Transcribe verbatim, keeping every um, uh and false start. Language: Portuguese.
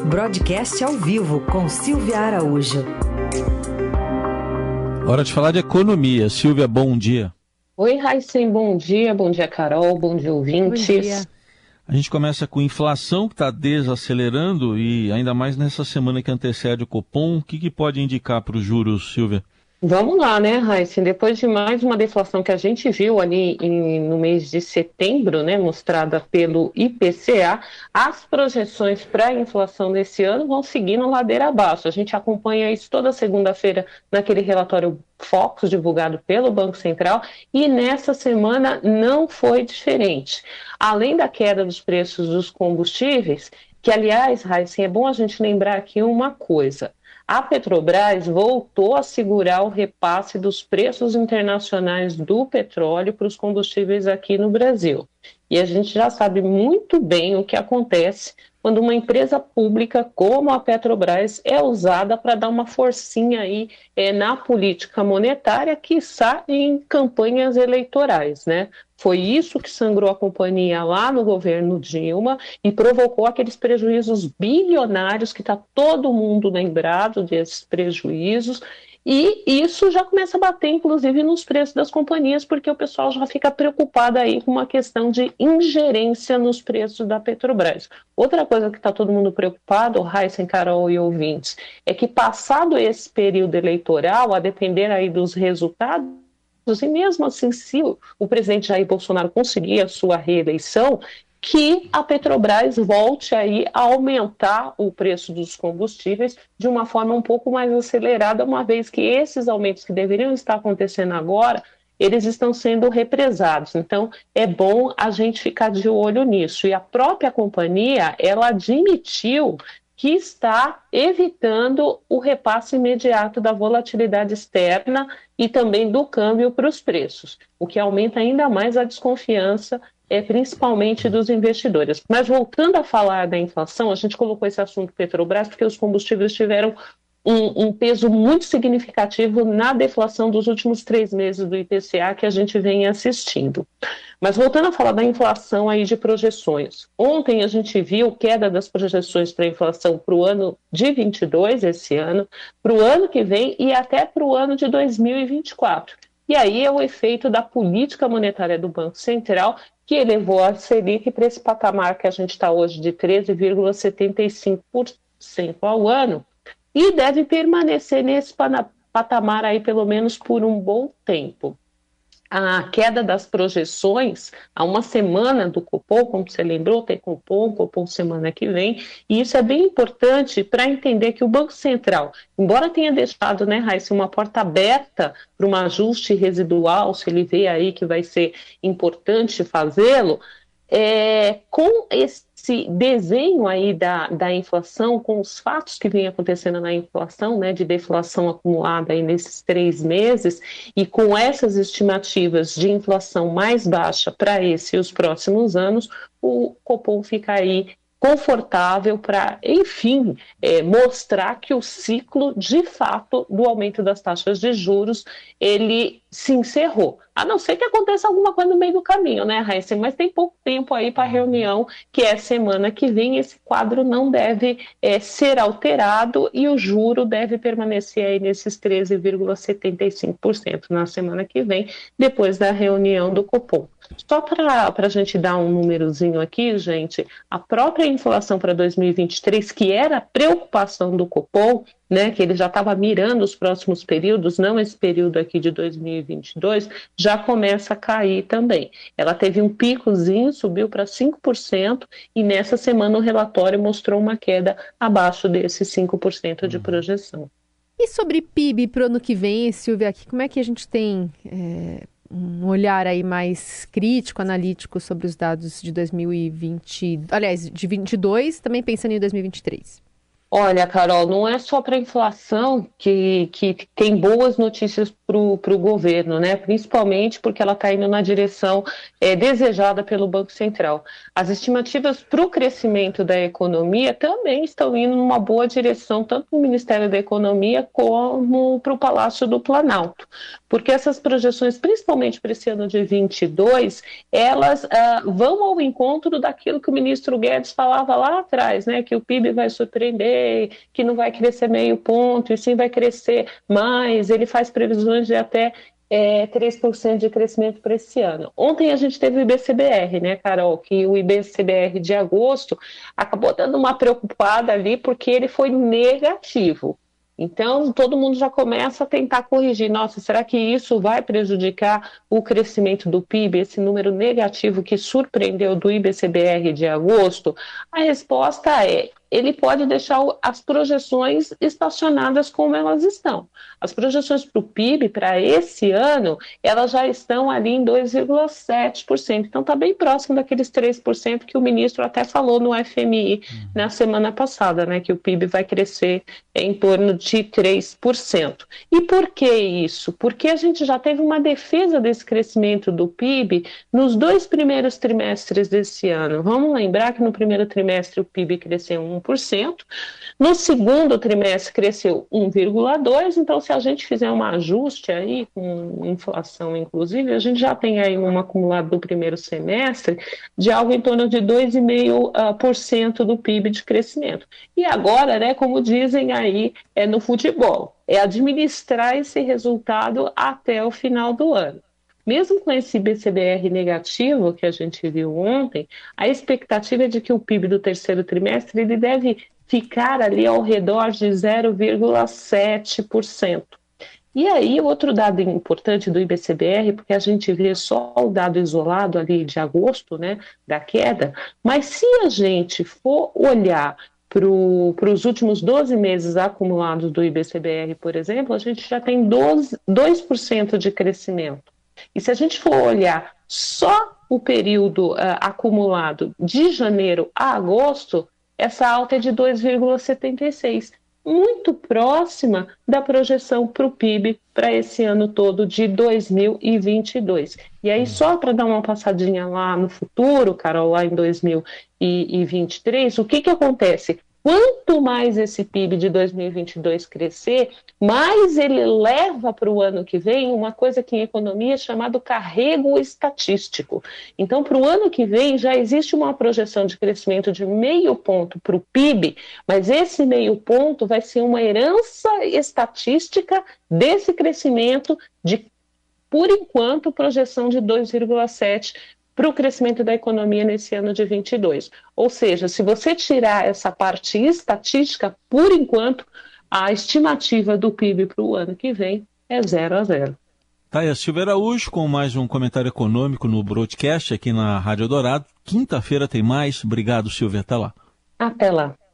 Broadcast ao vivo com Silvia Araújo. Hora de falar de economia. Silvia, bom dia. Oi, Raíssen, bom dia. Bom dia, Carol. Bom dia, ouvintes. Bom dia. A gente começa com inflação que está desacelerando e ainda mais nessa semana que antecede o Copom. O que, que pode indicar para os juros, Silvia? Vamos lá, né, Raíssen? Depois de mais uma deflação que a gente viu ali em, no mês de setembro, né, mostrada pelo I P C A, as projeções para a inflação desse ano vão seguindo ladeira abaixo. A gente acompanha isso toda segunda-feira naquele relatório Focus divulgado pelo Banco Central e nessa semana não foi diferente. Além da queda dos preços dos combustíveis, que aliás, Raíssen, é bom a gente lembrar aqui uma coisa. A Petrobras voltou a segurar o repasse dos preços internacionais do petróleo para os combustíveis aqui no Brasil. E a gente já sabe muito bem o que acontece quando uma empresa pública como a Petrobras é usada para dar uma forcinha aí é, na política monetária, quiçá em campanhas eleitorais, né? Foi isso que sangrou a companhia lá no governo Dilma e provocou aqueles prejuízos bilionários que está todo mundo lembrado desses prejuízos. E isso já começa a bater, inclusive, nos preços das companhias, porque o pessoal já fica preocupado aí com uma questão de ingerência nos preços da Petrobras. Outra coisa que está todo mundo preocupado, Raíssen, Carol e ouvintes, é que passado esse período eleitoral, a depender aí dos resultados, e mesmo assim, se o presidente Jair Bolsonaro conseguir a sua reeleição, que a Petrobras volte aí a aumentar o preço dos combustíveis de uma forma um pouco mais acelerada, uma vez que esses aumentos que deveriam estar acontecendo agora, eles estão sendo represados. Então, é bom a gente ficar de olho nisso. E a própria companhia, ela admitiu que está evitando o repasse imediato da volatilidade externa e também do câmbio para os preços, o que aumenta ainda mais a desconfiança, é, principalmente dos investidores. Mas voltando a falar da inflação, a gente colocou esse assunto Petrobras porque os combustíveis tiveram um, um peso muito significativo na deflação dos últimos três meses do I P C A que a gente vem assistindo. Mas voltando a falar da inflação aí de projeções, ontem a gente viu queda das projeções para a inflação para o ano de vinte e dois, esse ano, para o ano que vem e até para o ano de dois mil e vinte e quatro. E aí é o efeito da política monetária do Banco Central que elevou a Selic para esse patamar que a gente está hoje de treze vírgula setenta e cinco por cento ao ano e deve permanecer nesse patamar aí pelo menos por um bom tempo. A queda das projeções, há uma semana do Copom, como você lembrou, tem Copom, Copom semana que vem, e isso é bem importante para entender que o Banco Central, embora tenha deixado, né, Raíssa, uma porta aberta para um ajuste residual, se ele vê aí que vai ser importante fazê-lo, é, com esse desenho aí da, da inflação, com os fatos que vem acontecendo na inflação, né, de deflação acumulada aí nesses três meses, e com essas estimativas de inflação mais baixa para esse e os próximos anos, o Copom fica aí confortável para, enfim, é, mostrar que o ciclo, de fato, do aumento das taxas de juros, ele se encerrou. A não ser que aconteça alguma coisa no meio do caminho, né, Raíssa? Mas tem pouco tempo aí para a reunião, que é semana que vem. Esse quadro não deve é, ser alterado e o juro deve permanecer aí nesses treze vírgula setenta e cinco por cento na semana que vem, depois da reunião do Copom. Só para a gente dar um númerozinho aqui, gente, a própria inflação para dois mil e vinte e três, que era a preocupação do Copom, né, que ele já estava mirando os próximos períodos, não esse período aqui de dois mil e vinte e dois, já começa a cair também. Ela teve um picozinho, subiu para cinco por cento e nessa semana o relatório mostrou uma queda abaixo desses cinco por cento de projeção. E sobre P I B para o ano que vem, Silvia, aqui, como é que a gente tem é, um olhar aí mais crítico, analítico sobre os dados de dois mil e vinte, aliás, de vinte e dois, também pensando em dois mil e vinte e três? Olha, Carol, não é só para a inflação que, que tem boas notícias para o governo, né? Principalmente porque ela está indo na direção é, desejada pelo Banco Central. As estimativas para o crescimento da economia também estão indo numa boa direção, tanto no Ministério da Economia como para o Palácio do Planalto. Porque essas projeções, principalmente para esse ano de vinte e dois, elas ah, vão ao encontro daquilo que o ministro Guedes falava lá atrás, né? Que o P I B vai surpreender, que não vai crescer meio ponto, e sim vai crescer mais. Ele faz previsões de até é, três por cento de crescimento para esse ano. Ontem a gente teve o I B C B R, né, Carol? Que o I B C B R de agosto acabou dando uma preocupada ali porque ele foi negativo. Então, todo mundo já começa a tentar corrigir. Nossa, será que isso vai prejudicar o crescimento do P I B, esse número negativo que surpreendeu do I B C B R de agosto? A resposta é: ele pode deixar as projeções estacionadas como elas estão. As projeções para o P I B para esse ano, elas já estão ali em dois vírgula sete por cento. Então está bem próximo daqueles três por cento que o ministro até falou no F M I na semana passada, né, que o P I B vai crescer em torno de três por cento. E por que isso? Porque a gente já teve uma defesa desse crescimento do P I B nos dois primeiros trimestres desse ano. Vamos lembrar que no primeiro trimestre o P I B cresceu um por cento, no segundo trimestre cresceu um vírgula dois por cento, então se a gente fizer um ajuste aí, com inflação inclusive, a gente já tem aí um acumulado do primeiro semestre de algo em torno de dois vírgula cinco por cento do P I B de crescimento. E agora, né, como dizem aí é no futebol, é administrar esse resultado até o final do ano. Mesmo com esse I B C B R negativo que a gente viu ontem, a expectativa é de que o P I B do terceiro trimestre ele deve ficar ali ao redor de zero vírgula sete por cento. E aí, outro dado importante do I B C B R, porque a gente vê só o dado isolado ali de agosto, né, da queda, mas se a gente for olhar para os últimos doze meses acumulados do I B C B R, por exemplo, a gente já tem dois por cento de crescimento. E se a gente for olhar só o período uh, acumulado de janeiro a agosto, essa alta é de dois vírgula setenta e seis, muito próxima da projeção para o P I B para esse ano todo de dois mil e vinte e dois. E aí, só para dar uma passadinha lá no futuro, Carol, lá em dois mil e vinte e três, o que, que acontece? Quanto mais esse P I B de dois mil e vinte e dois crescer, mais ele leva para o ano que vem uma coisa que em economia é chamado carrego estatístico. Então, para o ano que vem, já existe uma projeção de crescimento de meio ponto para o P I B, mas esse meio ponto vai ser uma herança estatística desse crescimento de, por enquanto, projeção de dois vírgula sete por cento para o crescimento da economia nesse ano de vinte e dois. Ou seja, se você tirar essa parte estatística, por enquanto, a estimativa do P I B para o ano que vem é zero a zero. Tá aí a Silvia Araújo com mais um comentário econômico no Broadcast aqui na Rádio Dourado. Quinta-feira tem mais. Obrigado, Silvia. Até lá. Até lá.